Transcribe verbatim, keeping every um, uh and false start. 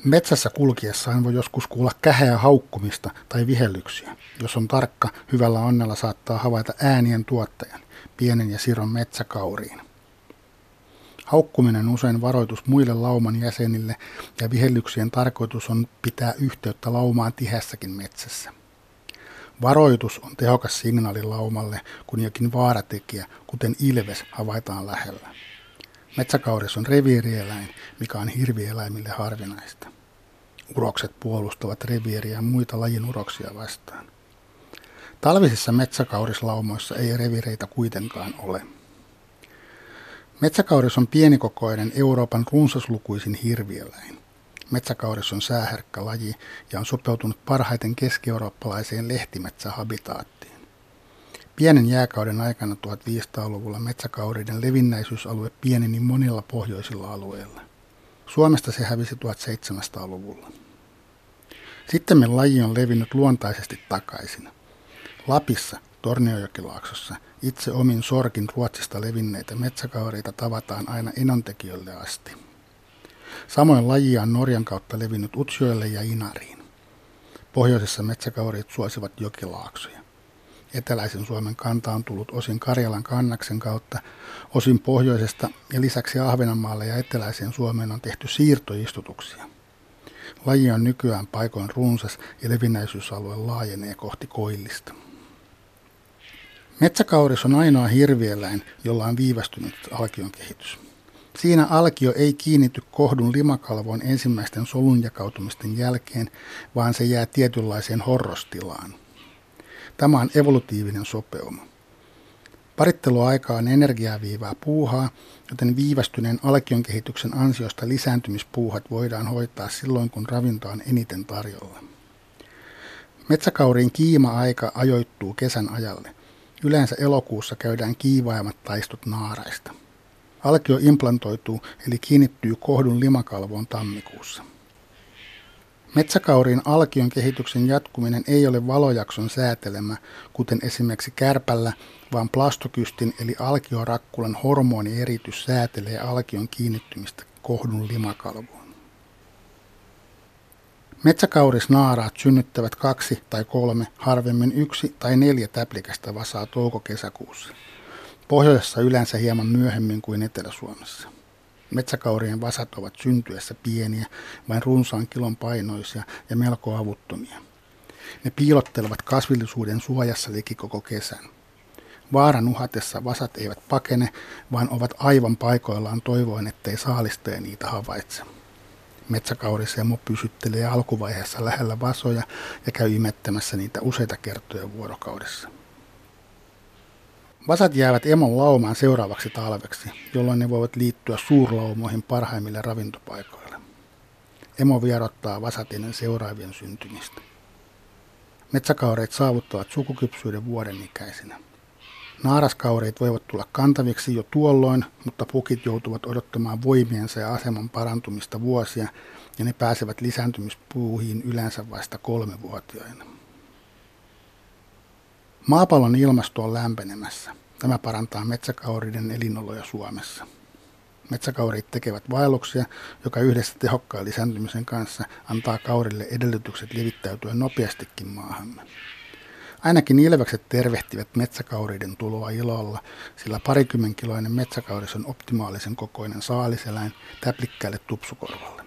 Metsässä kulkiessaan voi joskus kuulla käheää haukkumista tai vihellyksiä. Jos on tarkka, hyvällä onnella saattaa havaita äänien tuottajan, pienen ja siron metsäkauriin. Haukkuminen on usein varoitus muille lauman jäsenille ja vihellyksien tarkoitus on pitää yhteyttä laumaan tihässäkin metsässä. Varoitus on tehokas signaali laumalle, kun jokin vaaratekijä, kuten ilves, havaitaan lähellä. Metsäkauris on reviirieläin, mikä on hirvieläimille harvinaista. Urokset puolustavat reviiriä muita lajin uroksia vastaan. Talvisissa metsäkaurislaumoissa ei reviireitä kuitenkaan ole. Metsäkauris on pienikokoinen Euroopan runsaslukuisin hirvieläin. Metsäkauris on sääherkkä laji ja on sopeutunut parhaiten keski-eurooppalaiseen lehtimetsähabitaattiin. Pienen jääkauden aikana tuhatviisisataaluvulla metsäkauriiden levinnäisyysalue pieneni monilla pohjoisilla alueilla. Suomesta se hävisi tuhatseitsemänsataaluvulla. Sittemmin laji on levinnyt luontaisesti takaisin. Lapissa, Tornionjokilaaksossa, itse omin sorkin Ruotsista levinneitä metsäkauriita tavataan aina Enontekiölle asti. Samoin lajia on Norjan kautta levinnyt Utsjoelle ja Inariin. Pohjoisessa metsäkauriit suosivat jokilaaksoja. Eteläisen Suomen kanta on tullut osin Karjalan kannaksen kautta, osin pohjoisesta ja lisäksi Ahvenanmaalle ja eteläiseen Suomeen on tehty siirtoistutuksia. Laji on nykyään paikoin runsas ja levinnäisyysalue laajenee kohti koillista. Metsäkauris on ainoa hirvieläin, jolla on viivästynyt alkion kehitys. Siinä alkio ei kiinnity kohdun limakalvoon ensimmäisten solun jakautumisten jälkeen, vaan se jää tietynlaiseen horrostilaan. Tämä on evolutiivinen sopeuma. Paritteluaika on energiaa viivää puuhaa, joten viivästyneen alkion kehityksen ansiosta lisääntymispuuhat voidaan hoitaa silloin, kun ravintoa on eniten tarjolla. Metsäkauriin kiima-aika ajoittuu kesän ajalle. Yleensä elokuussa käydään kiivaimmat taistot naaraista. Alkio implantoituu eli kiinnittyy kohdun limakalvoon tammikuussa. Metsäkauriin alkion kehityksen jatkuminen ei ole valojakson säätelemä, kuten esimerkiksi kärpällä, vaan plastokystin eli alkiorakkulan hormonieritys säätelee alkion kiinnittymistä kohdun limakalvoon. Metsäkaurisnaaraat synnyttävät kaksi tai kolme, harvemmin yksi tai neljä täplikästä vasaa touko-kesäkuussa. Pohjoisessa yleensä hieman myöhemmin kuin Etelä-Suomessa. Metsäkaurien vasat ovat syntyessä pieniä, vain runsaan kilon painoisia ja melko avuttomia. Ne piilottelevat kasvillisuuden suojassa liki koko kesän. Vaaran uhatessa vasat eivät pakene, vaan ovat aivan paikoillaan toivoen, ettei saalistaja niitä havaitse. Metsäkaurisemo pysyttelee alkuvaiheessa lähellä vasoja ja käy imettämässä niitä useita kertoja vuorokaudessa. Vasat jäävät emon laumaan seuraavaksi talveksi, jolloin ne voivat liittyä suurlaumoihin parhaimmille ravintopaikoille. Emo vierottaa vasat ennen seuraavien syntymistä. Metsäkaureit saavuttavat sukukypsyyden vuoden ikäisinä. Naaraskaureit voivat tulla kantaviksi jo tuolloin, mutta pukit joutuvat odottamaan voimiensa ja aseman parantumista vuosia, ja ne pääsevät lisääntymispuuhiin yleensä vasta kolmevuotiaina. Maapallon ilmasto on lämpenemässä. Tämä parantaa metsäkauriiden elinoloja Suomessa. Metsäkauriit tekevät vaelluksia, joka yhdessä tehokkaan lisääntymisen kanssa antaa kaurille edellytykset levittäytyä nopeastikin maahamme. Ainakin ilvekset tervehtivät metsäkauriiden tuloa ilolla, sillä parikymmenkiloinen metsäkauris on optimaalisen kokoinen saaliseläin täplikkäälle tupsukorvalle.